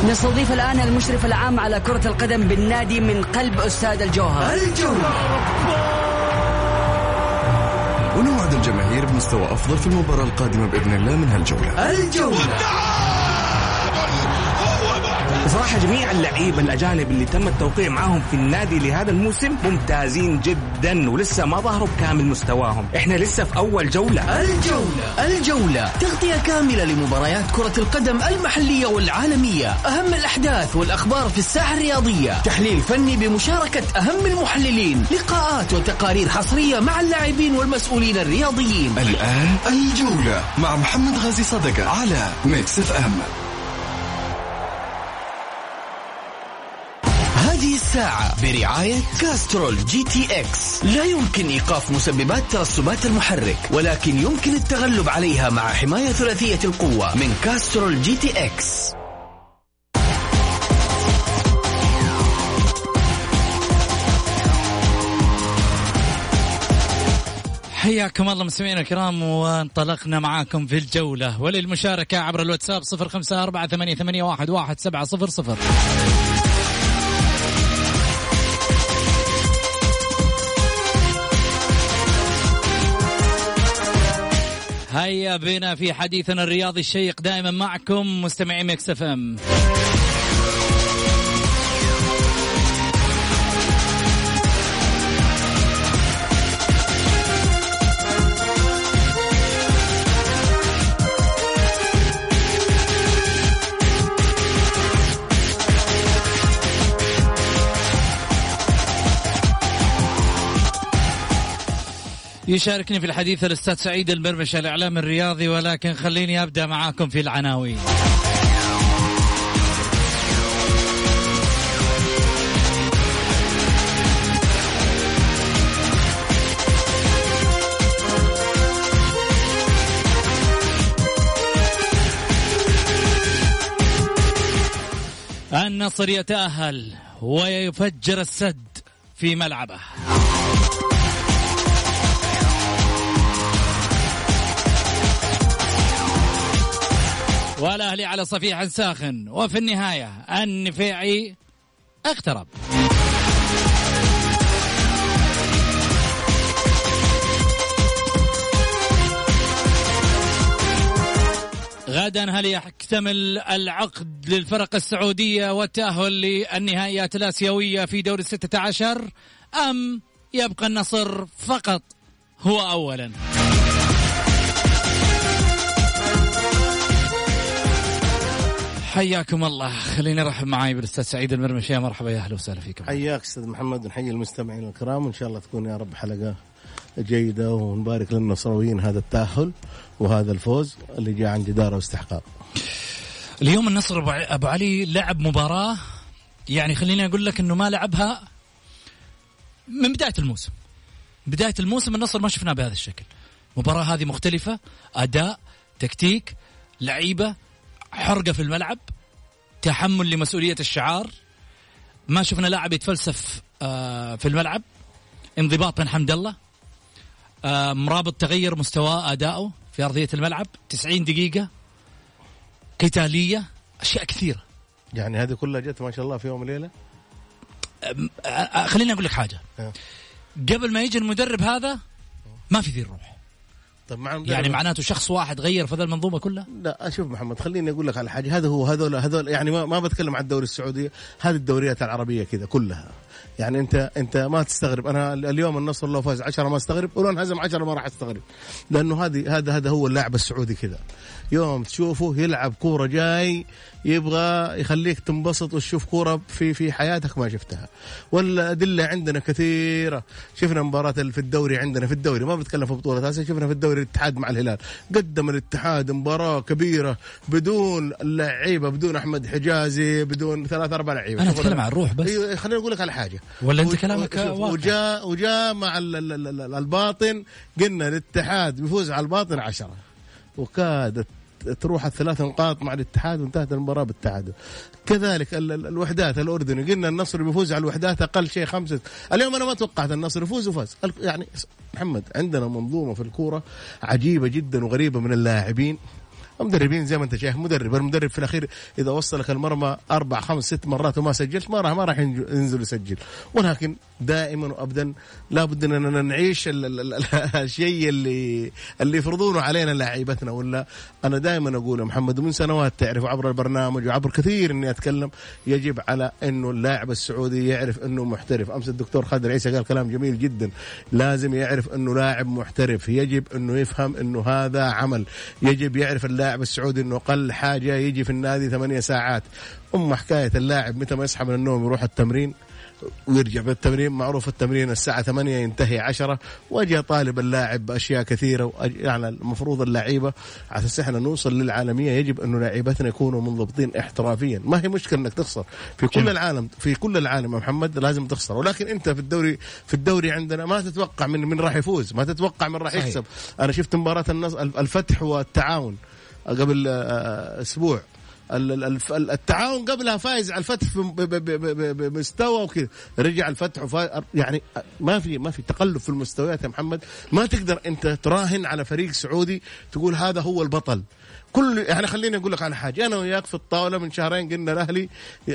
نستضيف الآن المشرف العام على كرة القدم بالنادي من قلب أستاذ الجوهر. الجولة. ونوعد الجماهير بمستوى أفضل في المباراة القادمة بإذن الله من هالجولة. الجولة. بصراحة جميع اللعيبة الأجانب اللي تم التوقيع معهم في النادي لهذا الموسم ممتازين جدا ولسه ما ظهروا بكامل مستواهم. احنا لسه في أول جولة. الجولة تغطية كاملة لمباريات كرة القدم المحلية والعالمية، أهم الأحداث والأخبار في الساحة الرياضية، تحليل فني بمشاركة أهم المحللين، لقاءات وتقارير حصرية مع اللاعبين والمسؤولين الرياضيين. الآن الجولة مع محمد غازي صدقة على ميكس اف ام. هذه الساعة برعاية كاسترول جي تي اكس. لا يمكن إيقاف مسببات ترسبات المحرك، ولكن يمكن التغلب عليها مع حماية ثلاثية القوة من كاسترول جي تي اكس. حياكم الله مستمعينا الكرام، وانطلقنا معاكم في الجولة. وللمشاركة عبر الواتساب 0548811700. هيا بنا في حديثنا الرياضي الشيق دائما معكم مستمعي ميكس اف ام. يشاركني في الحديث الأستاذ سعيد المرمش الإعلام الرياضي، ولكن خليني أبدأ معاكم في العناوين. النصر يتأهل ويفجر السد في ملعبه. والأهلي على صفيح ساخن، وفي النهاية النفيعي اقترب. غدا هل يكتمل العقد للفرق السعودية والتأهل للنهائيات الآسيوية في دور 16، أم يبقى النصر فقط هو أولا؟ حياكم الله. خليني ارحب معاي بالاستاذ سعيد المرمشي. مرحبا، يا اهلا وسهلا فيكم. حياك استاذ محمد، ونحيي المستمعين الكرام، وان شاء الله تكون يا رب حلقه جيده، ونبارك للنصراويين هذا التأهل وهذا الفوز اللي جاء عن جدارة واستحقاق. اليوم النصر ابو علي لعب مباراه، يعني خليني اقول لك انه ما لعبها من بدايه الموسم. بدايه الموسم النصر ما شفناه بهذا الشكل. مباراه هذه مختلفه، اداء، تكتيك، لعيبه، حرقة في الملعب، تحمل لمسؤولية الشعار. ما شفنا لاعب يتفلسف في الملعب، انضباط من حمد الله، مرابط تغير مستوى أداؤه في أرضية الملعب، 90 دقيقة قتالية، أشياء كثيرة. يعني هذه كلها جت ما شاء الله في يوم وليلة. خليني أقول لك حاجة، قبل ما يجي المدرب هذا ما في ذي الروح. يعني معناته شخص واحد غير في هذه المنظومة كلها؟ لا، أشوف محمد، خليني أقول لك على حاجة. هذا هو هذول يعني ما بتكلم عن الدوري السعودي، هذه الدوريات العربية كذا كلها. يعني أنت ما تستغرب. أنا اليوم النصر لو فاز 10 ما استغرب، ولو انهزم 10 ما راح استغرب، لأنه هذا هو اللاعب السعودي كذا. يوم تشوفه يلعب كورة جاي يبغى يخليك تنبسط وتشوف كورة في حياتك ما شفتها. والأدلة عندنا كثيرة. شفنا مباراة في الدوري، عندنا في الدوري، ما بتكلم في بطولة آسيا، شفنا في الدوري الاتحاد مع الهلال. قدم الاتحاد مباراة كبيرة بدون لعيبة، بدون أحمد حجازي، بدون 3-4 لعيبة. أنا أتكلم عن الروح بس. خليني أقول لك على حاجة، ولا أنت كلامك واقع. وجاء مع الباطن، قلنا الاتحاد بيفوز على الباطن 10، وكادت تروح 3 نقاط مع الاتحاد وانتهت المباراة بالتعادل. كذلك الوحدات الأردني، قلنا النصر بيفوز على الوحدات أقل شيء 5. اليوم أنا ما توقعت النصر يفوز وفاز. يعني محمد، عندنا منظومة في الكورة عجيبة جدا وغريبة من اللاعبين. مدربين زي ما انت شايف، المدرب في الاخير اذا وصلك المرمى 4 5 6 مرات وما سجلت ما راح ينزل يسجل. ولكن دائما وابدا لابد اننا نعيش الشيء اللي يفرضونه علينا لاعيبتنا. ولا انا دائما اقول يا محمد ومن سنوات تعرف عبر البرنامج وعبر كثير اني اتكلم، يجب على انه اللاعب السعودي يعرف انه محترف. امس الدكتور خالد العيسى قال كلام جميل جدا، لازم يعرف انه لاعب محترف، يجب انه يفهم انه هذا عمل، يجب يعرف اللاعب السعودي انه اقل حاجه يجي في النادي 8 ساعات. حكايه اللاعب متى ما يصحى من النوم يروح التمرين ويرجع بالتمرين، معروف التمرين الساعة 8 ينتهي 10، وجه طالب اللاعب بأشياء كثيرة. يعني المفروض اللعيبة على أساس احنا نوصل للعالمية يجب أنه لاعبتنا يكونوا منضبطين احترافيا. ما هي مشكلة أنك تخسر في كل العالم، في كل العالم يا محمد لازم تخسر، ولكن أنت في الدوري عندنا ما تتوقع من راح يفوز، ما تتوقع من راح يكسب. أنا شفت مباراة الفتح والتعاون قبل أسبوع، التعاون قبلها فايز على الفتح بمستوى وكذا، رجع الفتح يعني ما في تقلب في المستويات يا محمد. ما تقدر انت تراهن على فريق سعودي تقول هذا هو البطل. يعني خليني اقول لك على حاجه، انا وياك في الطاوله من شهرين قلنا الاهلي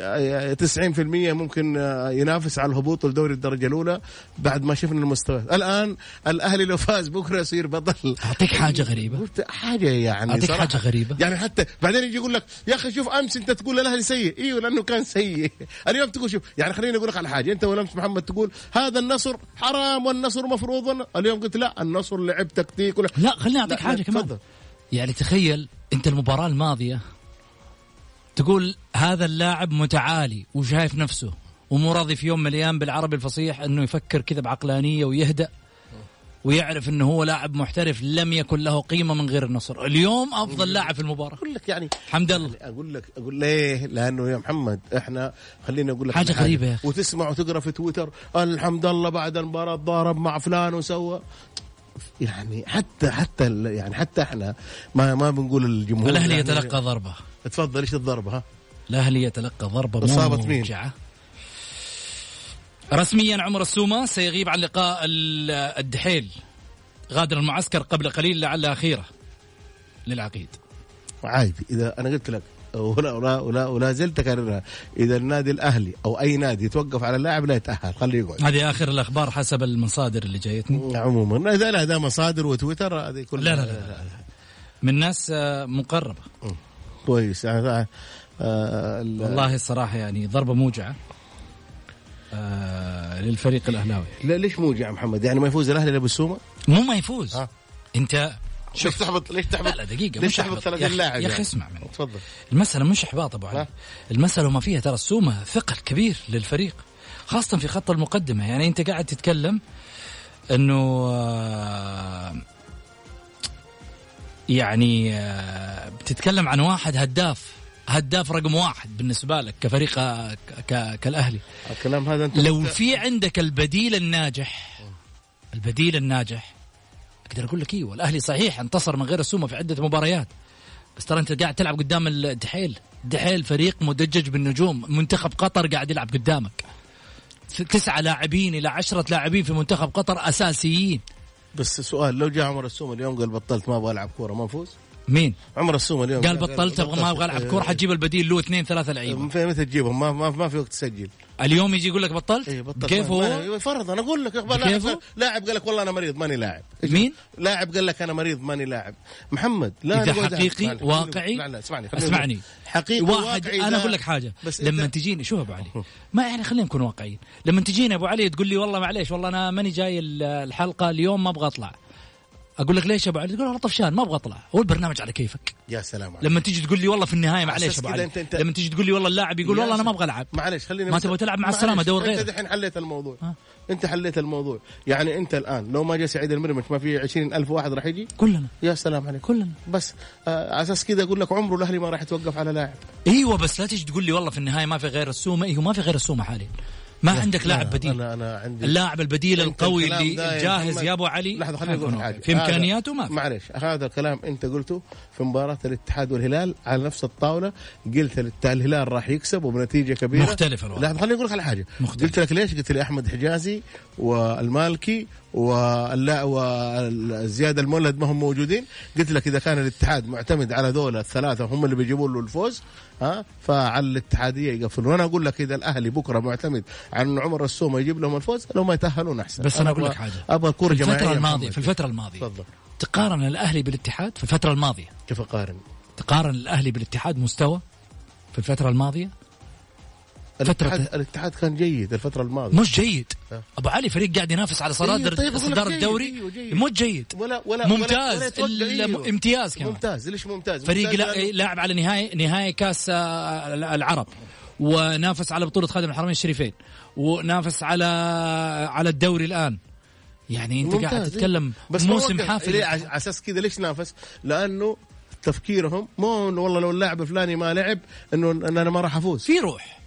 90% ممكن ينافس على الهبوط لدوري الدرجه الاولى بعد ما شفنا المستوى. الان الاهلي لو فاز بكره يصير بطل. اعطيك حاجه غريبه، حاجه يعني اعطيك حاجه غريبه، يعني حتى بعدين يجي يقول لك يا اخي شوف امس انت تقول الاهلي سيء، ايوه لانه كان سيء. اليوم تقول شوف، يعني خليني اقول لك على حاجه، انت ولمس محمد تقول هذا النصر حرام والنصر مفروض، اليوم قلت لا النصر لعب تكتيك لا خليني اعطيك حاجه كمان فضل. يعني تخيل انت المباراة الماضية تقول هذا اللاعب متعالي وشايف نفسه ومو راضي في يوم من الايام بالعربي الفصيح انه يفكر كذا بعقلانية ويهدأ ويعرف انه هو لاعب محترف لم يكن له قيمة من غير النصر. اليوم افضل لاعب في المباراة. اقول لك يعني حمد الله، اقول ليه؟ لانه يا محمد احنا خليني اقول لك حاجة غريبة يا أخي. وتسمع وتقرا في تويتر الحمد لله بعد المباراة ضارب مع فلان وسوى. يعني حتى احنا ما بنقول الجمهور الاهلي يتلقى ضربه. تفضل ايش الضربه؟ ها الاهلي يتلقى ضربه اصابت مين؟ رسميا عمر السومة سيغيب عن لقاء الدحيل، غادر المعسكر قبل قليل لعل اخيره للعقيد. عادي اذا انا قلت لك ولا زلت اكررها، اذا النادي الاهلي او اي نادي يتوقف على اللاعب لا يتاهل، خليه يقعد. هذه اخر الاخبار حسب المصادر اللي جايتني عموما. اذا لا ده مصادر وتويتر هذه كلها لا من ناس مقربه. كويس يعني والله الصراحه يعني ضربه موجعه للفريق الاهلاوي. ليش موجع محمد؟ يعني ما يفوز الاهلي الا بالسومه؟ مو ما يفوز انت ليش تحبط؟ لا دقيقة، ليش تحبط 30 لاعب؟ يا أخي اسمع مني، تفضل. المسألة مش إحباط أبو علي، المسألة ما فيها ترى السومة ثقل كبير للفريق خاصة في خط المقدمة. يعني أنت قاعد تتكلم إنه يعني بتتكلم عن واحد هداف رقم 1 بالنسبة لك كفريق كالأهلي. الكلام هذا أنت لو في عندك البديل الناجح أقدر أقول لك إيوه الأهلي صحيح انتصر من غير السومة في عدة مباريات، بس ترى أنت قاعد تلعب قدام الدحيل فريق مدجج بالنجوم. منتخب قطر قاعد يلعب قدامك 9 لاعبين إلى 10 لاعبين في منتخب قطر أساسيين. بس سؤال، لو جاء عمر السومة اليوم قال بطلت ما أبغى ألعب كورة ما نفوز؟ مين؟ عمر السومة اليوم قال بطلت ما أبغى ألعب كورة، حتجيب البديل له 2-3 لعيبة. متى تجيبهم؟ ما في وقت تسجل. اليوم يجي يقول لك بطلت؟ كيف هو؟ فرض أنا أقول لك لاعب قال لك والله أنا مريض ماني لاعب. مين؟ لاعب قال لك أنا مريض ماني لاعب. محمد لا إذا حقيقي واقعي لا اسمعني حقيقي واحد أنا أقول لك حاجة، لما تجيني شوف أبو علي ما يعني خلينا نكون واقعيين. لما تجيني أبو علي تقول لي والله معليش والله أنا ماني جاي الحلقة اليوم ما أبغى أطلع، أقول لك ليش يا أبو علي؟ تقول والله طفشان ما أبغى أطلع. هو البرنامج على كيفك. يا سلام عليك. لما تيجي تقول لي والله في النهاية معليش أبو علي، لما تيجي تقول لي والله اللاعب يقول والله أنا ما أبغى ألعب، معليش خليني ما تبغى تلعب مع السلامة دور غير. أنت الحين حليت الموضوع. أنت حليت الموضوع. يعني أنت الآن لو ما جاء سعيد المرمش ما في 20,000 واحد راح يجي كلنا. يا سلام عليك كلنا. بس على أساس كذا أقول لك عمره الأهلي ما راح يتوقف على لاعب. أيوة بس لا تيجي تقول لي والله في النهاية ما في غير السومة. أيوة ما في غير السومة حاليا. ما عندك لاعب بديل. أنا عندي اللاعب البديل القوي اللي الجاهز يا أبو علي. لحظة خليني أقول حاجة في إمكانياته ما. معلش هذا الكلام أنت قلته في مباراة الاتحاد والهلال على نفس الطاولة، قلت الهلال راح يكسب وبنتيجة كبيرة مختلفة. لحظة خليني أقول لك على حاجة. قلت لك ليش؟ قلت لي أحمد حجازي والمالكي وزياد المولد ما هم موجودين، قلت لك إذا كان الاتحاد معتمد على دولة الثلاثة هم اللي بيجيبوا له الفوز فعلى الاتحادية يقفلون. وأنا أقول لك إذا الأهلي بكرة معتمد على أن عمر السومة يجيب لهم الفوز لو ما يتأهلون أحسن. بس أنا أقول لك حاجة، أبغى كورة جماعية في الفترة الماضية تفضل. تقارن الأهلي بالاتحاد في الفترة الماضية، كيف أقارن؟ تقارن الأهلي بالاتحاد مستوى في الفترة الماضية. الاتحاد كان جيد الفترة الماضية، مش جيد أبو علي، فريق قاعد ينافس على صدارة الدوري، مش جيد ولا ممتاز ولا امتياز كمان. ممتاز. ليش ممتاز؟ فريق لاعب على نهاية كاس العرب، ونافس على بطولة خادم الحرمين الشريفين، ونافس على الدوري الآن. يعني انت قاعد تتكلم موسم حافل. على اساس كذا ليش نافس؟ لانه تفكيرهم مو والله لو اللاعب الفلاني ما لعب انه انا ما راح افوز. في روح،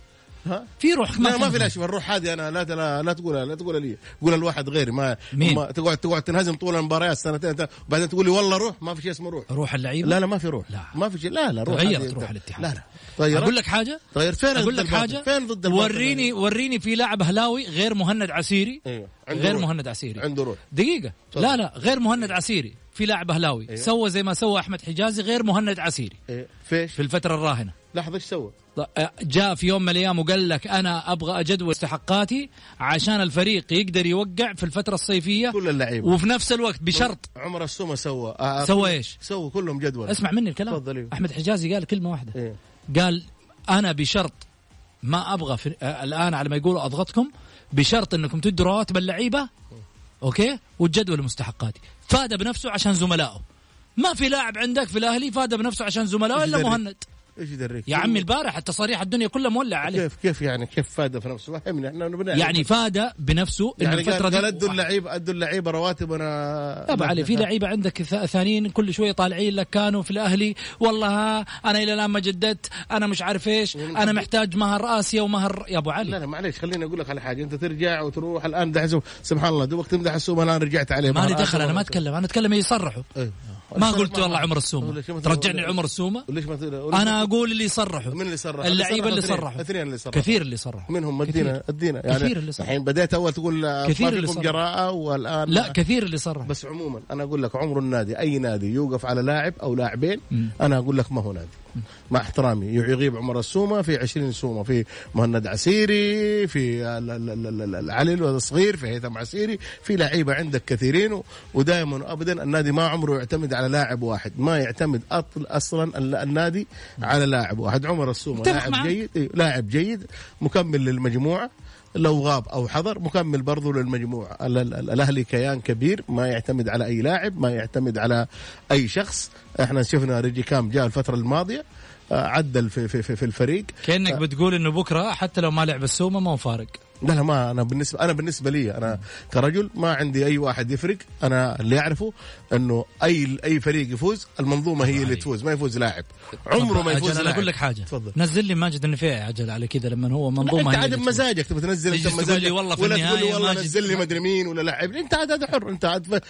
في روح. ما في لاش الروح هذه. انا لا تقول لي، قول الواحد غيري ما تقعد تنهزم طول المباريات سنتين وبعدين تقول لي والله روح. ما في شيء اسمه روح اللعيبه. لا ما في روح. ما في شيء. لا روح غيرت روح الاتحاد. لا اقول لك حاجه، غيرت. فين اقول لك حاجه، فين ضد وريني في لاعب هلاوي غير مهند عسيري. غير مهند عسيري عنده روح دقيقه. لا غير مهند عسيري. في لاعب هلاوي سوى زي ما سوى احمد حجازي غير مهند عسيري. فيش في الفتره الراهنه. لحظه ايش سوى؟ جاء في يوم من الايام وقال لك انا ابغى اجدول استحقاقاتي عشان الفريق يقدر يوقع في الفتره الصيفيه كل اللعيبه، وفي نفس الوقت بشرط. عمر السومه سوى ايش؟ سووا كلهم جدول. اسمع مني الكلام. فضلي. احمد حجازي قال كلمه واحده. قال انا بشرط ما ابغى الان على ما يقولوا اضغطكم، بشرط انكم تدوا رواتب اللعيبه اوكي وتجدولوا مستحقاتي. فاد بنفسه عشان زملائه. ما في لاعب عندك في الاهلي فاد بنفسه عشان زملائه الا مهند. ايش يدريك يا عمي البارح التصاريح الدنيا كلها مولع عليه. كيف يعني كيف فاد في نفسه؟ فهمني احنا يعني فاد بنفسه يعني الفتره دي ادوا اللعيبه رواتب. انا ابو علي في لعيبه عندك ثانيين كل شويه طالعين لك كانوا في الاهلي والله انا الى الان ما جددت، انا مش عارف ايش، انا محتاج مهر اسيا ومهر. يا ابو علي لا معليش خليني اقول لك على حاجه. انت ترجع وتروح الان دحسوا سبحان الله دوبك تمدح السومه الان رجعت عليه. ما لي دخل انا ما اتكلم، انا اتكلم يصرحوا. ما قلت والله عمر السومه ترجعني عمر السومه. انا اقول اللي يصرحوا. من اللي صرح؟ اللعيبه اللي صرحوا. كثير اللي صرحوا. منهم ادينا كثير اللي صرحوا. الحين بديت اول تقول كثير اللي صرحوا جراءه والان لا كثير اللي صرحوا. بس عموما انا اقول لك عمر النادي اي نادي يوقف على لاعب او لاعبين انا اقول لك ما هو نادي. مع احترامي يغيب عمر السومه في 20 سومه، في مهند عسيري، في العلي الصغير، في هيثم عسيري، في لعيبه عندك كثيرين. ودائما ابدا النادي ما عمره يعتمد على لاعب واحد، ما يعتمد اصلا النادي على لاعب واحد. عمر السومه لاعب جيد مكمل للمجموعه، لو غاب أو حضر مكمل برضو للمجموعة. الأهلي كيان كبير ما يعتمد على أي لاعب، ما يعتمد على أي شخص. احنا شفنا ريجي كام جاء الفترة الماضية عدل في الفريق. كأنك بتقول إنه بكرة حتى لو ما لعب السومة ما هو فارق. لا ما أنا بالنسبة لي أنا كرجل ما عندي أي واحد يفرق. أنا اللي أعرفه إنه أي فريق يفوز المنظومة هي اللي تفوز، ما يفوز لاعب. عمره ما يفوز لاعب. أنا أقول لك حاجة تفضل. نزل لي ماجد النفيعي عجل على كذا لما هو منظومة. أنت عدم مزاجك تبي تنزل أنت مزاجك ولا تقول لي والله نزل لي مدري مين ولا لاعب. أنت هذا حر. أنت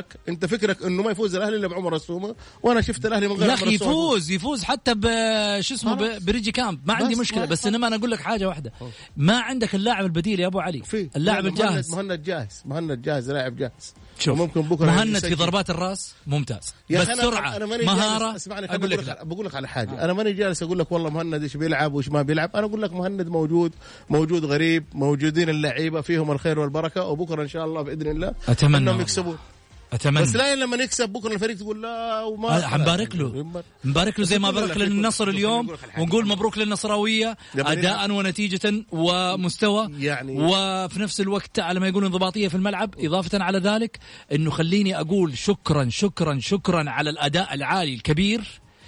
فكرك إنه ما يفوز الأهلي إلا بعمر السومة. وأنا شفت الأهلي من غير عمر السومة يفوز حتى بشو اسمه بريجي كامب ما عندي مشكلة. بس إنما أنا أقول لك حاجة واحدة، ما عندك اللاعب البديل يا أبو علي. اللاعب الجاهز مهند جاهز لاعب جاهز. وممكن بكره مهند في ضربات الراس ممتاز، بس سرعه مهاره. اقول لك بقول لك على حاجه. انا ماني جالس اقول لك والله مهند ايش بيلعب وايش ما بيلعب. انا اقول لك مهند موجود غريب، موجودين اللعيبه فيهم الخير والبركه، وبكره ان شاء الله باذن الله اتمنى انهم يكسبون. أتمنى. بس لا لما نكسب بكره الفريق تقول لا وما نبارك له زي ما بارك للنصر اليوم، ونقول مبروك للنصراويه اداء ونتيجه ومستوى يعني. وفي نفس الوقت على ما يقولون انضباطيه في الملعب. اضافه على ذلك انه خليني اقول شكرا على الاداء العالي الكبير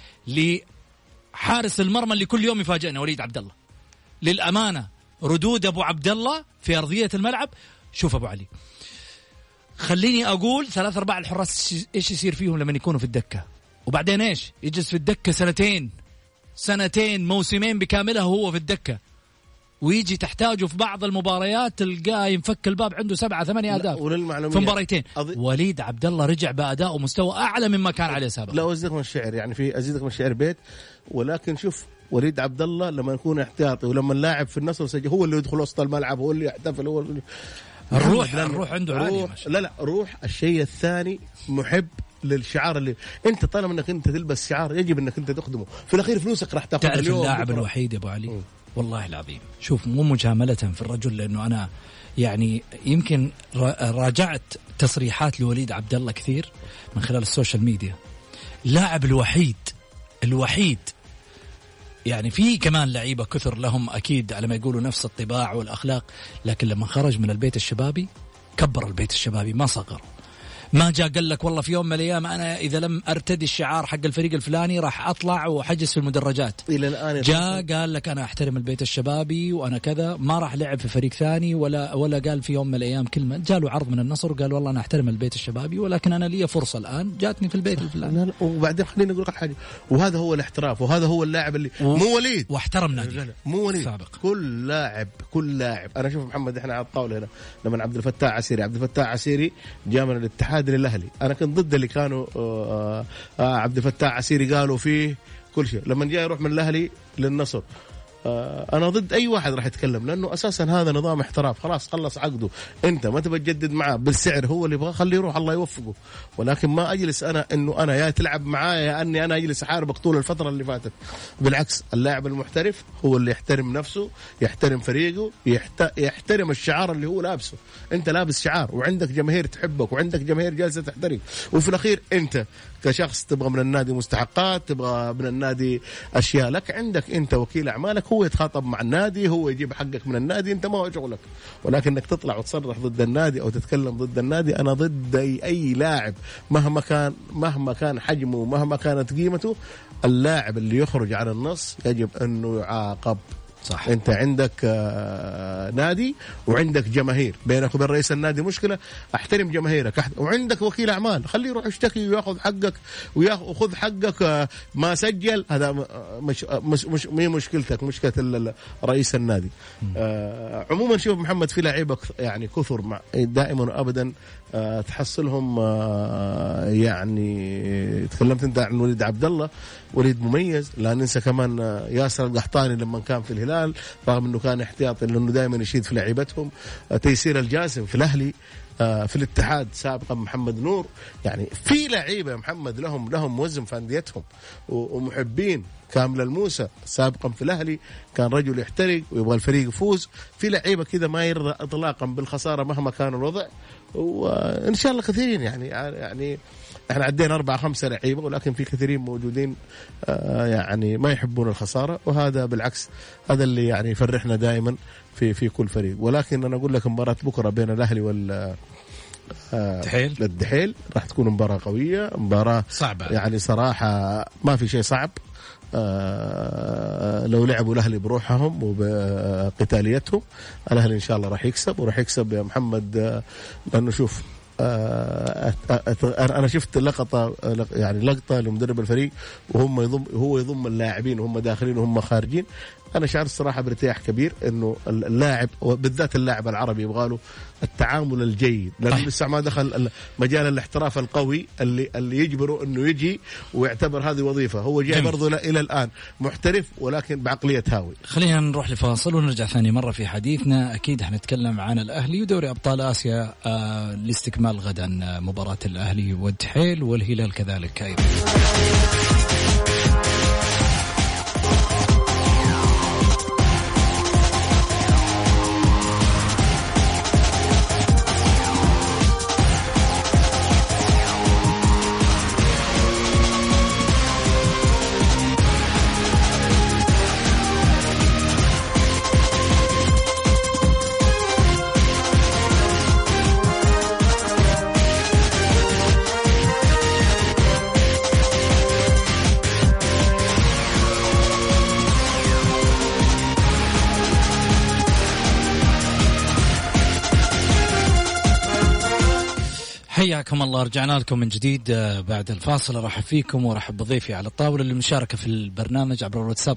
لحارس المرمى اللي كل يوم يفاجئنا وليد عبد الله. للامانه ردود ابو عبد الله في ارضيه الملعب. شوف ابو علي، خليني أقول 3-4 الحراس إيش يصير فيهم لما يكونوا في الدكة، وبعدين إيش يجلس في الدكة سنتين موسمين بكاملها هو في الدكة، ويجي تحتاجه في بعض المباريات تلقاه ينفك الباب عنده 7-8 أهداف في مباريتين. وليد عبد الله رجع بأداء ومستوى أعلى مما كان عليه سابقا. لا أزيدك من الشعر يعني في أزيدك من الشعر بيت. ولكن شوف وليد عبد الله لما يكون احتياطي ولما اللاعب في النصر هو اللي يدخل وسط الملعب، هو اللي يحتفل، هو اللي الروح عنده عالي. لا روح. الشيء الثاني محب للشعار اللي انت طالما انك انت تلبس شعار يجب انك انت تخدمه، في الاخير فلوسك راح تاخذ. تعرف اللاعب الوحيد يا ابو علي والله العظيم، شوف مو مجاملة في الرجل، لانه انا يعني يمكن راجعت تصريحات لوليد عبد الله كثير من خلال السوشيال ميديا. اللاعب الوحيد يعني في كمان لعيبة كثر لهم أكيد على ما يقولوا نفس الطباع والأخلاق، لكن لما خرج من البيت الشبابي كبر البيت الشبابي، ما صغر. ما جاء قال لك والله في يوم من الأيام أنا إذا لم أرتدي الشعار حق الفريق الفلاني راح أطلع وحجز في المدرجات. إلى الآن جاء قال لك أنا أحترم البيت الشبابي وأنا كذا، ما راح لعب في فريق ثاني ولا قال في يوم من الأيام كلمة. جاله عرض من النصر وقال والله أنا أحترم البيت الشبابي ولكن أنا لي فرصة الآن جاتني في البيت الفلاني. لا وبعدين خليني أقول لك حاجة، وهذا هو الاحتراف، وهذا هو اللاعب اللي مو وليد واحترم نادي، مو وليد سابق. كل لاعب أنا شوف محمد إحنا على الطاولة هنا لما عبد الفتاح عسيري جاء من الاتحاد للأهلي، أنا كنت ضد اللي كانوا عبد الفتاح عسيري قالوا فيه كل شيء. لما جاء يروح من الأهلي للنصر أنا ضد أي واحد راح يتكلم، لأنه أساسا هذا نظام احتراف، خلاص خلص عقده، أنت ما تبى تجدد معاه بالسعر هو اللي يبغى خليه يروح الله يوفقه. ولكن ما أجلس أنا يا تلعب معاه يا أني أنا أجلس أحاربك طول الفترة اللي فاتت. بالعكس اللاعب المحترف هو اللي يحترم نفسه، يحترم فريقه، يحترم الشعار اللي هو لابسه. أنت لابس شعار وعندك جماهير تحبك وعندك جماهير جالسة تحترم، وفي الأخير أنت كشخص تبغى من النادي مستحقات، تبغى من النادي أشياء لك، عندك أنت وكيل أعمالك هو يتخاطب مع النادي، هو يجيب حقك من النادي، أنت ما هو شغلك. ولكن أنك تطلع وتصرح ضد النادي أو تتكلم ضد النادي، أنا ضد أي لاعب مهما كان حجمه ومهما كانت قيمته. اللاعب اللي يخرج عن النص يجب أنه يعاقب. صح. انت عندك نادي وعندك جماهير، بينك وبين رئيس النادي مشكلة، احترم جماهيرك، وعندك وكيل اعمال خليه يروح يشتكي وياخذ حقك وياخذ حقك ما سجل، هذا مش مشكلتك، مشكلة رئيس النادي. عموما شوف محمد في لاعيبه يعني كثر مع دائما وابدا تحصلهم يعني تكلمت انت عن وليد عبد الله، وليد مميز. لا ننسى كمان ياسر القحطاني لما كان في الهلال رغم انه كان احتياطي لانه دائما يشيد في لعيبتهم. تيسير الجاسم في الاهلي، في الاتحاد سابقا محمد نور. يعني في لعيبه محمد لهم وزن في انديتهم ومحبين. كامل الموسى سابقا في الاهلي كان رجل يحترق ويبغى الفريق يفوز. في لعيبه كذا ما يرضى اطلاقا بالخساره مهما كان الوضع، وان شاء الله كثيرين يعني احنا عدينا 4-5 لعيبه، ولكن في كثيرين موجودين يعني ما يحبون الخساره، وهذا بالعكس هذا اللي يعني يفرحنا دائما في كل فريق. ولكن انا اقول لك مباراه بكره بين الاهلي الدحيل راح تكون مباراه قويه، مباراه صعبه يعني صراحه ما في شيء صعب. لو لعبوا الأهلي بروحهم وبقتاليتهم الأهلي إن شاء الله راح يكسب، وراح يكسب يا محمد. لأنه شوف أنا شفت لقطة لمدرب الفريق هو يضم اللاعبين وهم داخلين وهم خارجين. أنا شعرت الصراحة بارتياح كبير إنه اللاعب وبالذات اللاعب العربي يبغى له التعامل الجيد، لأنه لسه ما دخل مجال الاحتراف القوي اللي يجبره إنه يجي ويعتبر هذه وظيفة. هو جاي برضو إلى الآن محترف ولكن بعقلية هاوي. خلينا نروح لفاصل ونرجع ثاني مرة في حديثنا. أكيد هنتكلم عن الأهلي ودوري أبطال آسيا لاستكمال غدا مباراة الأهلي والدحيل والهلال كذلك أيضا. حياكم الله، رجعنا لكم من جديد بعد الفاصل. ارحب فيكم وارحب بضيفي على الطاوله للمشاركه في البرنامج عبر الواتساب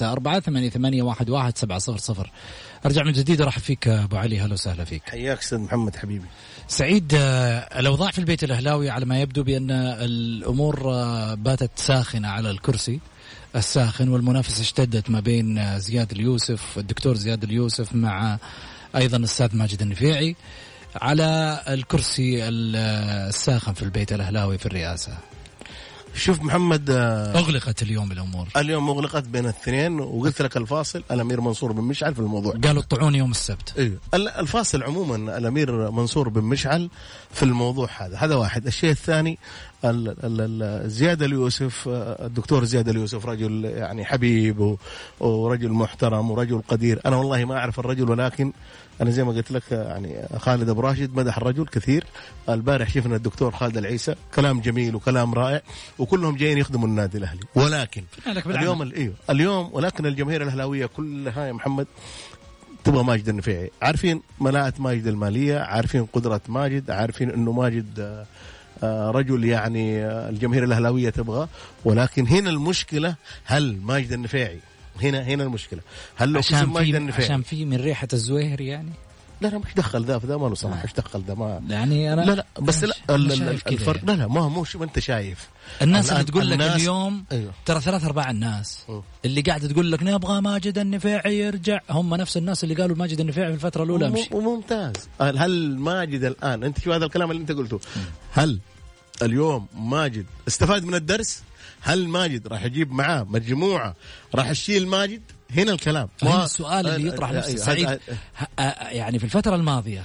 0548811700. ارجع من جديد ارحب فيك ابو علي، هلا وسهلا فيك. حياك استاذ محمد حبيبي. سعيد، الاوضاع في البيت الاهلاوي على ما يبدو بان الامور باتت ساخنه على الكرسي الساخن، والمنافسه اشتدت ما بين زياد اليوسف الدكتور زياد اليوسف مع ايضا الاستاذ ماجد النفيعي. على الكرسي الساخن في البيت الأهلاوي في الرئاسة. شوف محمد، أغلقت اليوم الأمور، اليوم أغلقت بين الاثنين، وقلت لك الفاصل الأمير منصور بن مشعل في الموضوع، قالوا الطعون يوم السبت. إيه الفاصل عموما الأمير منصور بن مشعل في الموضوع هذا واحد. الشيء الثاني زياد اليوسف، الدكتور زياد اليوسف رجل يعني حبيب ورجل محترم ورجل قدير. أنا والله ما أعرف الرجل، ولكن أنا زي ما قلت لك يعني خالد أبو راشد مدح الرجل كثير. البارح شفنا الدكتور خالد العيسى، كلام جميل وكلام رائع، وكلهم جايين يخدموا النادي الأهلي. ولكن اليوم ولكن الجماهير الأهلاوية كلها يا محمد تبغى ماجد النفيعي. عارفين ملاءة ماجد المالية، عارفين قدرة ماجد، عارفين إنه ماجد رجل يعني الجماهير الأهلاوية تبغى. ولكن هنا المشكلة، هل ماجد النفيعي هنا المشكلة، هل لو كسب ماجد النفيعي عشان في من ريحة الزويهر يعني؟ لا مش دخل ذا ما له صراحة، ايش دخل ذا ما يعني أنا لا بس لا الفرق يعني. لا ما مش انت شايف الناس اللي تقول لك اليوم أيوه. ترى 3/4 الناس اللي قاعدة تقول لك نبغى ماجد النفيعي يرجع هم نفس الناس اللي قالوا ماجد النفيعي في الفترة الأولى مشي. ممتاز. هل ماجد الآن انت شو هذا الكلام اللي انت قلته، هل اليوم ماجد استفاد من الدرس؟ هل ماجد راح يجيب معاه مجموعة راح يشيل ماجد؟ هنا الكلام. هنا السؤال اللي يطرح نفسه سعيد. يعني في الفترة الماضية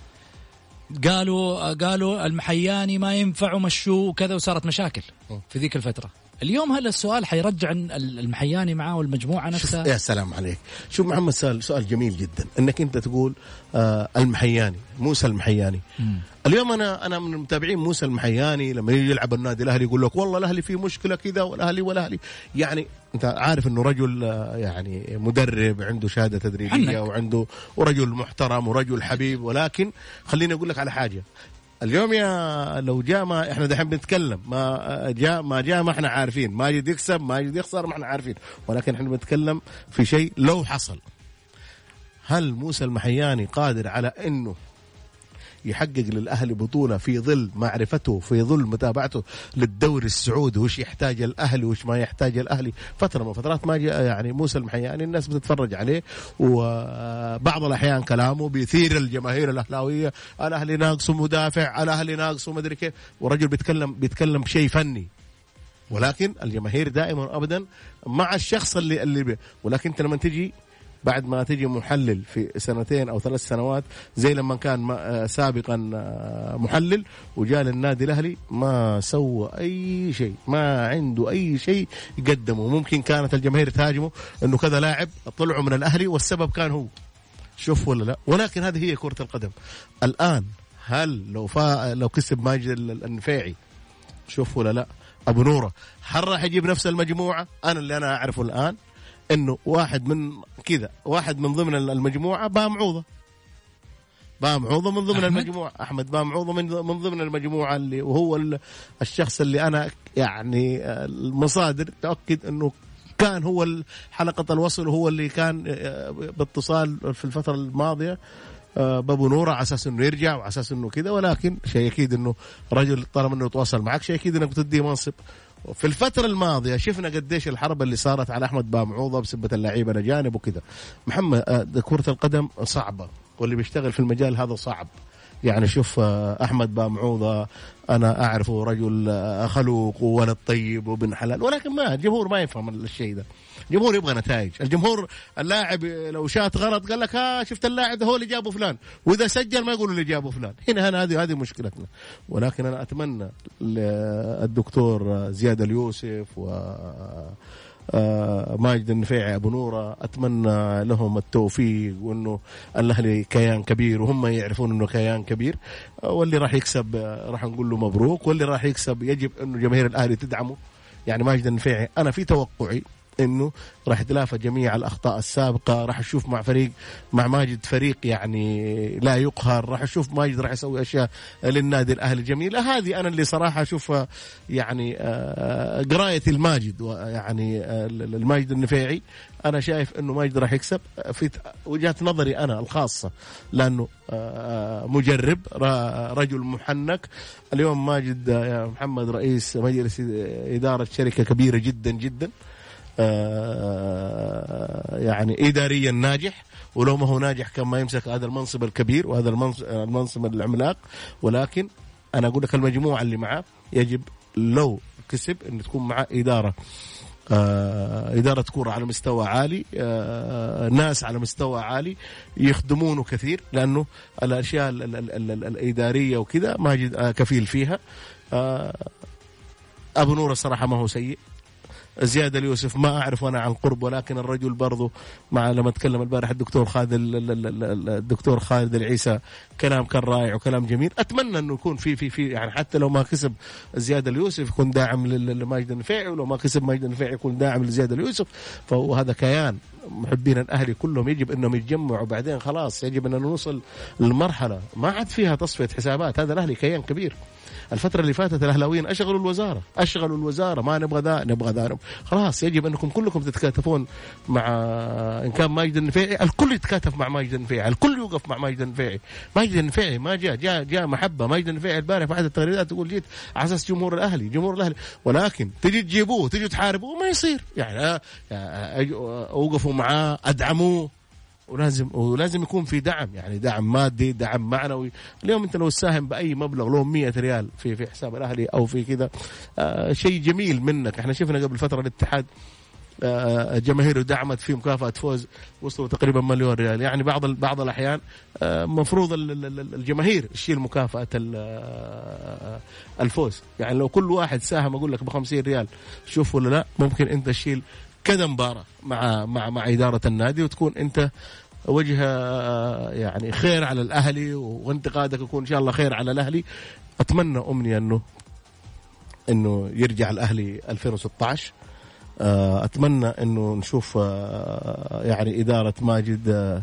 قالوا المحياني ما ينفع ومشوه وكذا وصارت مشاكل في ذيك الفترة. اليوم هل السؤال حيرجع المحياني معاه والمجموعة نفسها؟ يا سلام عليك. شوف محمد، سؤال جميل جدا انك انت تقول المحياني، موسى المحياني. اليوم انا من المتابعين موسى المحياني لما يجي يلعب النادي الاهلي يقول لك والله الاهلي فيه مشكلة كذا والاهلي يعني انت عارف انه رجل يعني مدرب عنده شهادة تدريبية وعنده ورجل محترم ورجل حبيب. ولكن خليني اقول لك على حاجة، اليوم لو جاء ما احنا دحين بنتكلم ما جاء ما احنا عارفين، ماجد يكسب ماجد يخسر ما احنا عارفين، ولكن احنا بنتكلم في شيء لو حصل. هل موسى المحياني قادر على انه يحقق للأهلي بطولة في ظل معرفته، في ظل متابعته للدوري السعودي، وش يحتاج الأهلي وش ما يحتاج الأهلي؟ فترة من فترات ما يعني موسى المحياني الناس بتتفرج عليه، وبعض الأحيان كلامه بيثير الجماهير الأهلاوية، الأهلي ناقصه مدافع، الأهلي ناقصه مدري كيف، ورجل بيتكلم بشيء فني. ولكن الجماهير دائما أبدا مع الشخص اللي ولكن انت لما تجي بعد ما تجي محلل في 2 أو 3 سنوات زي لما كان سابقا محلل وجاء للنادي الأهلي ما سوى أي شيء، ما عنده أي شيء يقدمه. ممكن كانت الجماهير تهاجمه أنه كذا لاعب طلعوا من الأهلي والسبب كان هو، شوف ولا لا. ولكن هذه هي كرة القدم. الآن هل لو كسب ماجد النفيعي، شوف ولا لا، أبو نورة هل راح يجيب نفس المجموعة؟ أنا أعرفه الآن انه واحد من ضمن المجموعه بامعوضه من ضمن المجموعه، احمد بامعوضه من ضمن المجموعه اللي وهو الشخص اللي انا يعني المصادر تاكد انه كان هو حلقه الوصل، وهو اللي كان باتصال في الفتره الماضيه بابو نورة على اساس انه يرجع وعلى اساس انه كذا. ولكن شيء اكيد انه رجل طالما انه يتواصل معك شيء اكيد انك بتديه منصب. في الفترة الماضية شفنا قديش الحرب اللي صارت على أحمد بامعوضة بسبة اللعيبة الأجانب وكذا. محمد، كرة القدم صعبة واللي بيشتغل في المجال هذا صعب. يعني شوف أحمد بامعوضة أنا أعرفه رجل خلوق وولد طيب وبن حلال، ولكن الجمهور ما يفهم الشيء ده. الجمهور يبغى نتائج. الجمهور اللاعب لو شات غلط قال لك شفت اللاعب هو اللي جابه فلان، وإذا سجل ما يقولوا اللي جابه فلان. هنا هذه مشكلتنا. ولكن أنا أتمنى الدكتور زياد اليوسف ماجد النفيعي أبو نورة أتمنى لهم التوفيق، وأنه الأهلي كيان كبير وهم يعرفون أنه كيان كبير، واللي راح يكسب راح نقول له مبروك، واللي راح يكسب يجب أنه جماهير الأهلي تدعمه. يعني ماجد النفيعي أنا في توقعي انه راح يتلافى جميع الاخطاء السابقه، راح اشوف مع ماجد فريق يعني لا يقهر، راح اشوف ماجد راح يسوي اشياء للنادي الاهلي جميله. هذه انا اللي صراحه اشوفها يعني قرايه الماجد، يعني الماجد النفيعي انا شايف انه ماجد راح يكسب في وجهه نظري انا الخاصه، لانه مجرب رجل محنك. اليوم ماجد يا محمد رئيس مجلس اداره شركه كبيره جدا جدا، يعني إداريا ناجح، ولو ما هو ناجح كان ما يمسك هذا المنصب الكبير وهذا المنصب العملاق. ولكن أنا أقول لك المجموعة اللي معاه يجب لو كسب أن تكون معاه إدارة كرة على مستوى عالي، ناس على مستوى عالي يخدمونه كثير، لأنه الأشياء الإدارية وكذا ماجد كفيل فيها. أبو نور الصراحة ما هو سيء. زياد اليوسف ما أعرف أنا عن قرب، ولكن الرجل برضو مع لما تكلم البارح الدكتور خالد العيسى كلام كان رائع وكلام جميل. أتمنى أنه يكون في يعني حتى لو ما كسب زياد اليوسف يكون داعم لماجد النفيعي، ولو ما كسب ماجد النفيعي يكون داعم لزياد اليوسف. فهو هذا كيان محبين الأهلي كلهم يجب أنهم يتجمعوا، بعدين خلاص يجب أن نوصل للمرحلة ما عاد فيها تصفية حسابات. هذا الأهلي كيان كبير. الفترة اللي فاتت الأهلاويين أشغلوا الوزارة ما نبغى ذا خلاص يجب أنكم كلكم تتكاتفون مع إن كان ماجد النفيعي، الكل يتكاتف مع ماجد النفيعي، الكل يوقف مع ماجد النفيعي. ماجد النفيعي ما جاء محبة. ماجد النفيعي البارح في أحد التغريدات تقول جيت على أساس جمهور الأهلي، ولكن تجي تجيبوه تجي تحاربوه ما يصير. يعني أوقفوا معاه أدعموه، ولازم يكون في دعم، يعني دعم مادي دعم معنوي. اليوم انت لو تساهم باي مبلغ لو 100 ريال في حساب الاهلي او في كذا شيء جميل منك. احنا شفنا قبل فتره الاتحاد جماهيره دعمت في مكافأة فوز وصلوا تقريبا 1,000,000 ريال. يعني بعض الأحيان مفروض الجماهير تشيل مكافأة الفوز. يعني لو كل واحد ساهم أقول لك ب50 ريال شوف ولا لا، ممكن أنت تشيل كذا مباراة مع إدارة النادي وتكون أنت وجه يعني خير على الأهلي، وانتقادك يكون إن شاء الله خير على الأهلي. أتمنى أمني أنه يرجع الأهلي 2016. أتمنى أنه نشوف يعني إدارة ماجد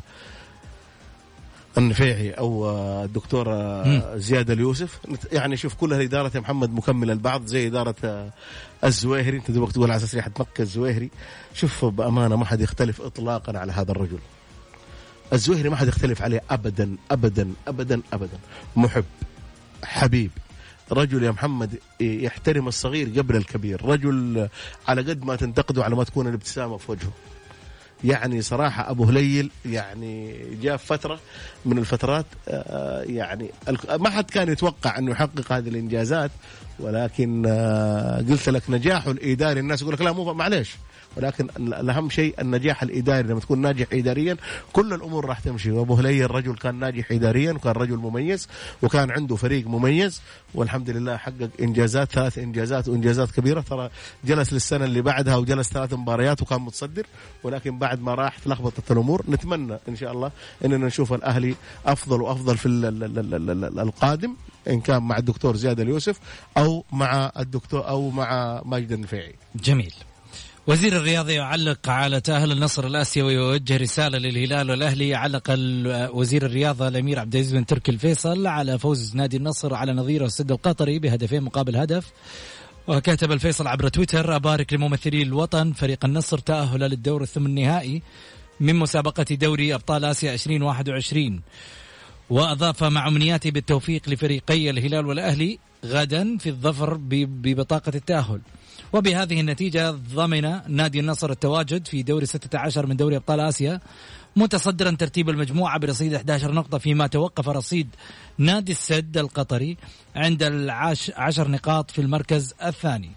النفيعي أو الدكتور زياد اليوسف، يعني شوف كل هالإدارة يا محمد مكملة البعض، زي إدارة الزويهري. أنت دوبك تقول على أساس ريحة مكة الزويهري. شوف بأمانة ما حد يختلف إطلاقا على هذا الرجل. الزويهري ما حد يختلف عليه أبدا أبدا أبدا أبدا. محب حبيب رجل يا محمد يحترم الصغير قبل الكبير. رجل على قد ما تنتقده على ما تكون الابتسامة في وجهه. يعني صراحة أبو هليل يعني جاء فترة من الفترات يعني ما حد كان يتوقع أنه يحقق هذه الإنجازات، ولكن قلت لك نجاحه الإداري الناس يقول لك لا مو معليش، ولكن الأهم شيء النجاح الإداري. لما تكون ناجح إداريا كل الأمور راح تمشي. وأبو هليل الرجل كان ناجح إداريا وكان رجل مميز وكان عنده فريق مميز، والحمد لله حقق إنجازات، 3 إنجازات وإنجازات كبيرة. ترى جلس للسنة اللي بعدها وجلس 3 مباريات وكان متصدر، ولكن بعد ما راح تلخبطت الأمور. نتمنى إن شاء الله إننا نشوف الأهلي أفضل وأفضل في القادم، إن كان مع الدكتور زياد اليوسف أو مع الدكتور أو مع ماجد النفيعي. جميل. وزير الرياضة يعلق على تأهل النصر الآسيوي ويوجه رسالة للهلال والأهلي. يعلق وزير الرياضة الأمير عبد العزيز بن تركي الفيصل على فوز نادي النصر على نظيره السد القطري ب2 مقابل هدف. وكتب الفيصل عبر تويتر: أبارك لممثلي الوطن فريق النصر تأهل للدور الثمن النهائي من مسابقة دوري أبطال آسيا 2021. وأضاف: مع أمنياتي بالتوفيق لفريقي الهلال والأهلي غدا في الظفر ببطاقة التأهل. وبهذه النتيجة ضمن نادي النصر التواجد في دور 16 من دوري أبطال آسيا، متصدرا ترتيب المجموعة برصيد 11 نقطة، فيما توقف رصيد نادي السد القطري عند 10 نقاط في المركز الثاني.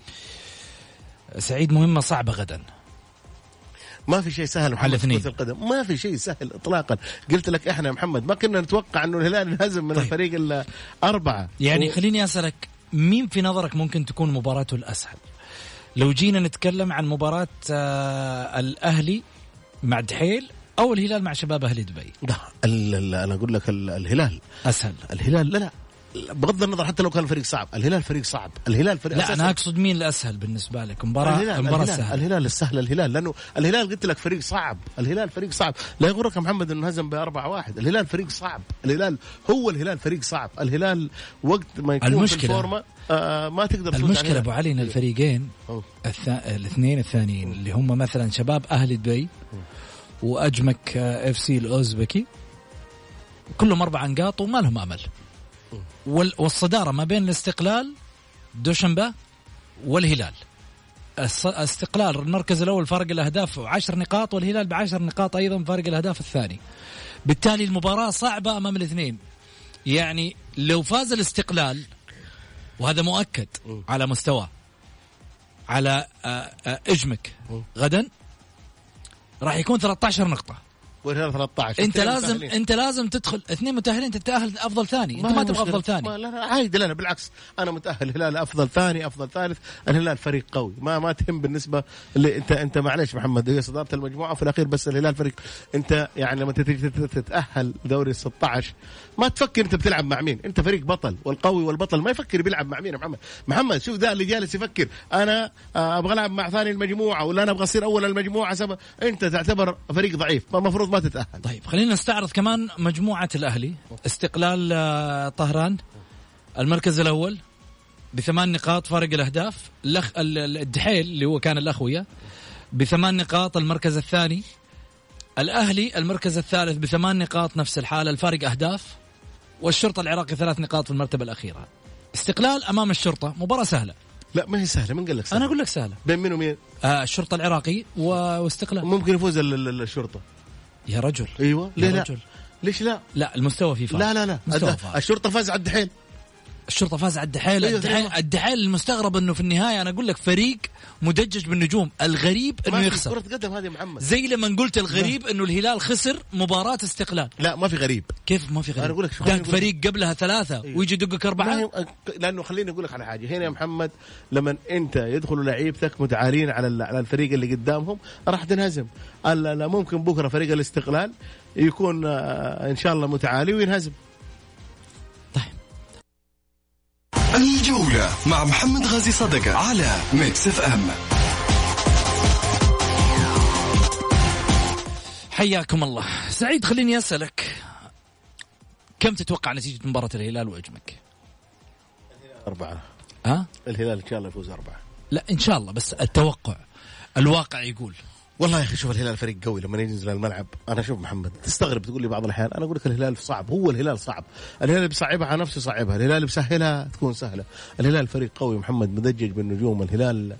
سعيد، مهمة صعبة غدا. ما في شيء سهل محمد في كرة القدم، ما في شيء سهل إطلاقا. قلت لك إحنا يا محمد ما كنا نتوقع إنه الهلال ينهزم من الفريق الأربعة. يعني خليني أسألك، مين في نظرك ممكن تكون مباراته الأسهل؟ لو جينا نتكلم عن مباراة الأهلي مع دحيل أو الهلال مع شباب أهلي دبي. أنا أقول لك الهلال أسهل. الهلال لا بغض النظر حتى لو كان الفريق صعب، الهلال فريق صعب. الهلال فريق لا أنا أقصد مين الأسهل بالنسبة لك؟ مباراة سهل. الهلال السهل الهلال، لأنه الهلال قلت لك فريق صعب. الهلال فريق صعب، لا يغرك محمد إنه هزم ب4-1. الهلال فريق صعب. الهلال فريق صعب. الهلال وقت ما يكون في الفورمة ما تقدر. المشكلة أبو علي إن الفريقين الاثنين الثانيين اللي هم مثلا شباب أهلي دبي وأجمك FC الأوزبكي كلهم 4 نقاط وما لهم أمل. والصدارة ما بين الاستقلال دوشنبه والهلال. استقلال المركز الأول فارق الأهداف 10 نقاط، والهلال ب10 نقاط أيضا فارق الأهداف الثاني. بالتالي المباراة صعبة أمام الاثنين. يعني لو فاز الاستقلال، وهذا مؤكد على مستوى على اجمك غدا، راح يكون 13 نقطة والهلال 13. انت لازم تدخل 2 متأهلين تتأهل افضل ثاني. انت ما تبغى افضل ثاني. لا عادي، لا بالعكس انا متأهل. الهلال افضل ثاني افضل ثالث. الهلال فريق قوي، ما تهم بالنسبه اللي انت معلش محمد، هي صداره المجموعه في الاخير، بس الهلال فريق. انت يعني لما تيجي تتأهل دوري 16 ما تفكر انت بتلعب مع مين. انت فريق بطل، والقوي والبطل ما يفكر بيلعب مع مين. يا محمد شوف ذا اللي جالس يفكر انا ابغى العب مع ثاني المجموعه ولا انا ابغى اصير اول المجموعه. انت تعتبر فريق ضعيف، المفروض ما تتأهل. طيب خلينا نستعرض كمان مجموعة الأهلي. استقلال طهران المركز الأول ب8 نقاط فارق الأهداف. الدحيل اللي هو كان الأخوية ب8 نقاط المركز الثاني. الأهلي المركز الثالث ب8 نقاط نفس الحالة الفارق أهداف. والشرطة العراقي 3 نقاط في المرتبة الأخيرة. استقلال أمام الشرطة، مباراة سهلة. لا ما هي سهلة، من قال لك سهلة؟ أنا أقول لك سهلة. بين مين ومين؟ الشرطة العراقي واستقلال. ممكن يفوز الشرطة يا رجل. ايوه ليه لا؟ ليش لا؟ لا المستوى فيه فرق. لا الشرطة فاز على الدحيل. الشرطة فاز على الدحيل. الدحيل المستغرب انه في النهاية انا اقول لك فريق مدجج بالنجوم. الغريب انه يخسر. كرة قدم هذه محمد. زي لما قلت الغريب انه الهلال خسر مباراة استقلال. لا ما في غريب. كيف ما في غريب؟ انا اقول لك كان فريق قبلها 3 ويجي يدقك 4. لانه خليني اقول لك على حاجة هنا يا محمد، لما انت يدخلوا لعيبتك متعالين على الفريق اللي قدامهم راح تنهزم. لا ممكن بكرة فريق الاستقلال يكون ان شاء الله متعالي وينهزم. الجولة مع محمد غازي صدقة على ميكس اف ام. حياكم الله. سعيد خليني أسألك، كم تتوقع نتيجة مباراة الهلال وأجمك؟ 4. الهلال إن شاء الله يفوز 4. لا إن شاء الله، بس التوقع الواقع يقول. والله يا أخي شوف الهلال فريق قوي لما ينزل الملعب. أنا شوف محمد تستغرب تقول لي بعض الأحيان، أنا أقول لك الهلال صعب. هو الهلال صعب. الهلال بيصعبها على نفسه صعبها، الهلال بسهلها تكون سهلة. الهلال فريق قوي محمد، مدجج بالنجوم. الهلال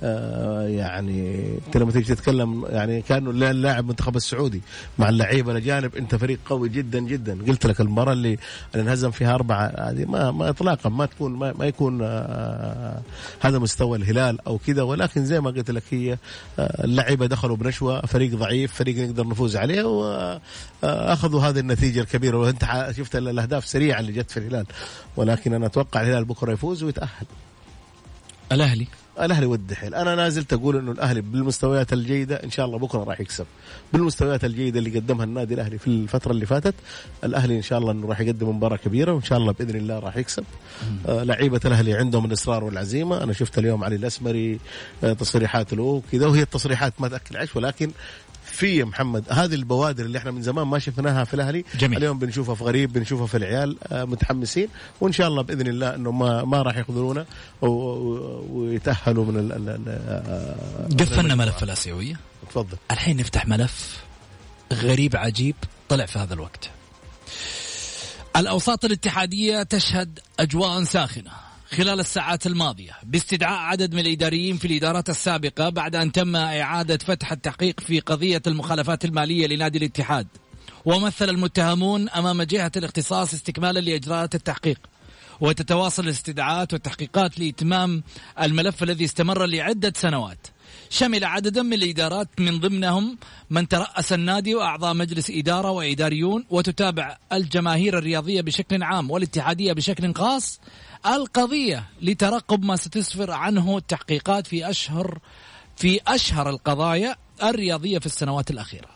يعني أنت لما تيجي تتكلم يعني كانوا اللاعب منتخب السعودي مع اللعيبة الأجانب. أنت فريق قوي جدا جدا. قلت لك المباراة اللي انهزم فيها 4 هذه ما إطلاقا ما تكون ما يكون هذا مستوى الهلال أو كذا، ولكن زي ما قلت لك هي اللعيبة دخلوا بنشوة. فريق ضعيف، فريق نقدر نفوز عليه، وأخذوا هذه النتيجة الكبيرة. وأنت شفت الأهداف سريعة اللي جت في الهلال، ولكن أنا أتوقع الهلال بكرة يفوز ويتأهل. الأهلي والدحيل أنا نازلت أقول إنه الأهلي بالمستويات الجيدة إن شاء الله بكرة راح يكسب. بالمستويات الجيدة اللي قدمها النادي الأهلي في الفترة اللي فاتت، الأهلي إن شاء الله إنه راح يقدم مباراة كبيرة، وإن شاء الله بإذن الله راح يكسب. لعيبة الأهلي عندهم الإصرار والعزيمة. أنا شفت اليوم علي الأسمري تصريحات له كذا، وهي التصريحات ما تأكل عيش، ولكن في محمد هذه البوادر اللي احنا من زمان ما شفناها في الأهلي جميل. اليوم بنشوفها في غريب، بنشوفها في العيال متحمسين، وإن شاء الله بإذن الله إنه ما راح يخذلونا ويتأهلوا من قفلنا ملف الآسيوية. تفضل. الحين نفتح ملف غريب عجيب طلع في هذا الوقت. الأوساط الاتحادية تشهد أجواء ساخنة خلال الساعات الماضية باستدعاء عدد من الإداريين في الإدارات السابقة بعد أن تم إعادة فتح التحقيق في قضية المخالفات المالية لنادي الاتحاد، ومثل المتهمون أمام جهة الاختصاص استكمالا لإجراءات التحقيق. وتتواصل الاستدعاءات والتحقيقات لإتمام الملف الذي استمر لعدة سنوات، شمل عددا من الإدارات من ضمنهم من ترأس النادي وأعضاء مجلس إدارة وإداريون. وتتابع الجماهير الرياضية بشكل عام والاتحادية بشكل خاص القضية لترقب ما ستسفر عنه التحقيقات في أشهر القضايا الرياضية في السنوات الأخيرة.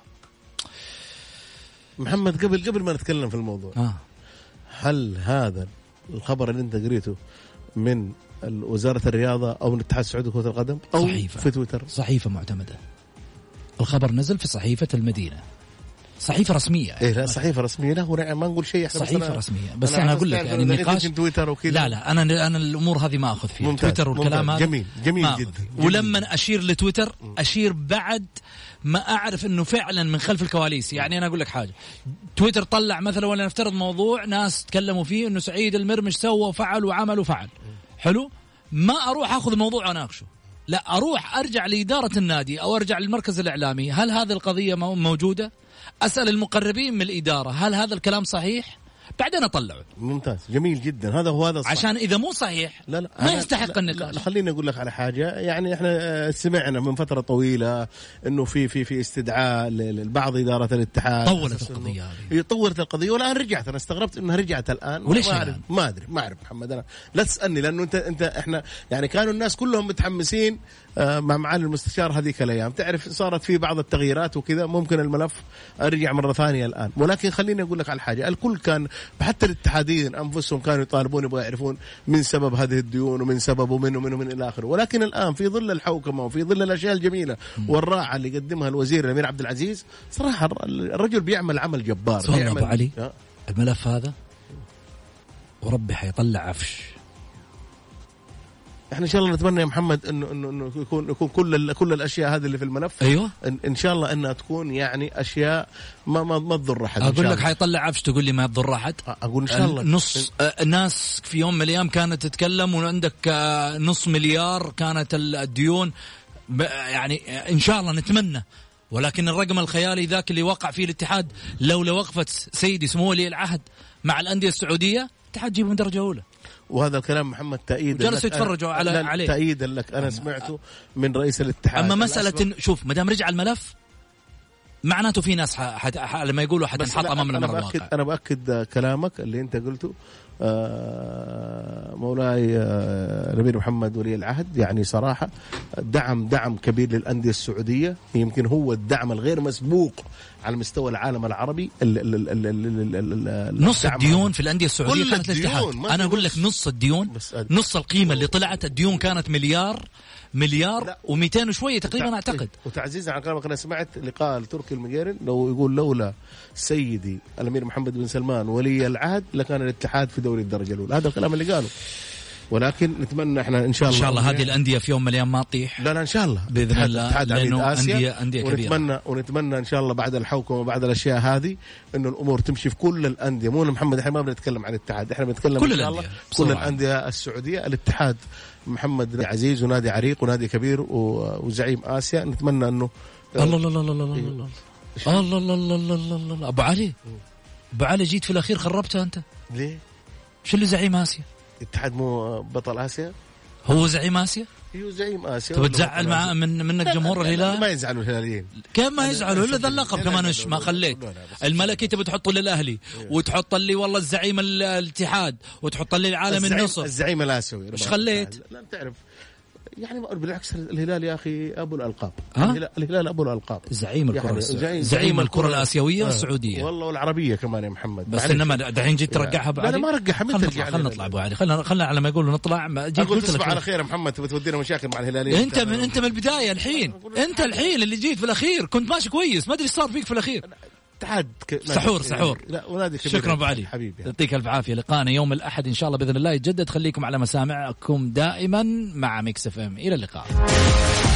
محمد قبل ما نتكلم في الموضوع، هل هذا الخبر اللي انت قريته من وزارة الرياضة أو من الاتحاد السعودي لكرة القدم أو صحيفة في تويتر؟ صحيفة معتمدة. الخبر نزل في صحيفة المدينة، صحيفة رسمية. إيه لا صحيفة رسمية، لا ما نقول شيء. صحيفة رسمية، بس أنا أقول لك يعني النقاش تويتر وكذا. لا أنا الأمور هذه ما أخذ فيها. تويتر والكلام هذا جميل جدا. ولما أشير لتويتر أشير بعد ما أعرف إنه فعلا من خلف الكواليس. يعني أنا أقول لك حاجة، تويتر طلع مثلا ولا نفترض موضوع ناس تكلموا فيه إنه سعيد المرمش سوى وفعل وعمل وفعل، حلو، ما أروح أخذ الموضوع وأناقشه. لا أروح أرجع لإدارة النادي أو أرجع للمركز الإعلامي، هل هذه القضية موجودة؟ أسأل المقربين من الإدارة هل هذا الكلام صحيح؟ بعدين أطلعه. ممتاز، جميل جدا، هذا هو هذا الصح. عشان إذا مو صحيح لا ما يستحق النقاش. لا خليني أقول لك على حاجة، يعني إحنا سمعنا من فترة طويلة إنه في استدعاء لبعض إدارة الاتحاد، طولت القضية هذه، طولت القضية والآن رجعت. أنا استغربت إنها رجعت الآن. وليش ما أدري محمد، أنا لا تسألني، لأنه أنت إحنا يعني كانوا الناس كلهم متحمسين مع معالي المستشار هذيك الأيام، تعرف صارت في بعض التغييرات وكذا، ممكن الملف رجع مرة ثانية الآن. ولكن خليني أقول لك على حاجة، الكل كان حتى الاتحاديين أنفسهم كانوا يطالبون يبغوا يعرفون من سبب هذه الديون ومن سبب ومن إلى آخره. ولكن الآن في ظل الحوكمة وفي ظل الأشياء الجميلة والراعة اللي قدمها الوزير الأمير عبد العزيز، صراحة الرجل بيعمل عمل جبار. سؤال أبو علي، الملف هذا وربي حيطلع عفش. احنا ان شاء الله نتمنى يا محمد انه يكون كل الاشياء هذه اللي في الملف، ايوه ان شاء الله انها تكون يعني اشياء ما تضر احد. اقول لك حيطلع عفش، تقول لي ما تضر احد؟ اقول ان شاء الله. نص الناس في يوم من الايام كانت تتكلم وعندك نص مليار كانت الديون، يعني ان شاء الله نتمنى. ولكن الرقم الخيالي ذاك اللي وقع فيه الاتحاد، لولا وقفة سيدي سمو ولي العهد مع الأندية السعودية، الاتحاد جيبه من درجة أولى. وهذا الكلام محمد تأييد، جلسوا يتفرجوا عليه تأييد لك. أنا سمعته من رئيس الاتحاد. أما مسألة شوف، مدام رجع الملف معناته في ناس لما يقولوا حتنحط أمامنا مرة الواقع. أنا بأكد كلامك اللي أنت قلته مولاي الأمير محمد ولي العهد، يعني صراحة دعم كبير للأندية السعودية، يمكن هو الدعم الغير مسبوق على مستوى العالم العربي. نص الديون في الأندية السعودية كانت الاتحاد. أنا أقول لك نص الديون، نص القيمة اللي طلعت الديون كانت مليار و200 وشوية تقريبا أعتقد. وتعزيزا على كلامك، أنا سمعت لقاء تركي المقيرن لو يقول لولا سيدي الأمير محمد بن سلمان ولي العهد لكان الاتحاد في دوري الدرجة الأولى. هذا الكلام اللي قاله. ولكن نتمنى احنا ان شاء الله هذه الانديه في يوم من الايام ما تطيح. لا ان شاء الله باذن الله، لانه انديه كبيره. ونتمنى ان شاء الله بعد الحوكمه وبعد الاشياء هذه انه الامور تمشي في كل الانديه. مو محمد احنا ما بنتكلم عن الاتحاد، احنا بنتكلم كل ان شاء الله كل الانديه السعوديه. الاتحاد محمد عزيز ونادي عريق ونادي كبير وزعيم اسيا. نتمنى انه الله ابو علي جيت في الاخير خربتها انت ليه؟ شو اللي زعيم اسيا؟ الاتحاد مو بطل اسيا؟ هو زعيم اسيا؟ ايوه زعيم اسيا. تبى تزعل منك جمهور الهلال؟ ما يزعلوا الهلاليين. كيف ما يزعلوا الا ذا اللقب كمان ما خليت. الملكي تبى تحط للاهلي وتحط لي والله الزعيم الاتحاد وتحط لي العالم النصر الزعيم الاسيوي. ايش خليت؟ لا تعرف يعني بالعكس الهلال يا اخي ابو الالقاب. الهلال ابو الالقاب، زعيم الكره زعيم الكره الاسيويه والسعوديه والله والعربيه كمان يا محمد. بس انما دحين جيت ترجعها ابو علي. لا ما رجعها، من ترجع؟ خلينا نطلع ابو علي، خلينا على ما يقولوا نطلع. اقول تصبح على خير يا محمد، تبي تودينا مشاكل مع الهلاليين. انت من البدايه الحين، انت الحين اللي جيت في الاخير كنت ماشي كويس، ما ادري ايش صار فيك في الاخير. سحور. لا ونادي كبير. شكرا ابو علي حبيبي، يعطيك الف عافيه. لقانا يوم الاحد ان شاء الله باذن الله يتجدد. خليكم على مسامعكم دائما مع ميكس اف ام. الى اللقاء.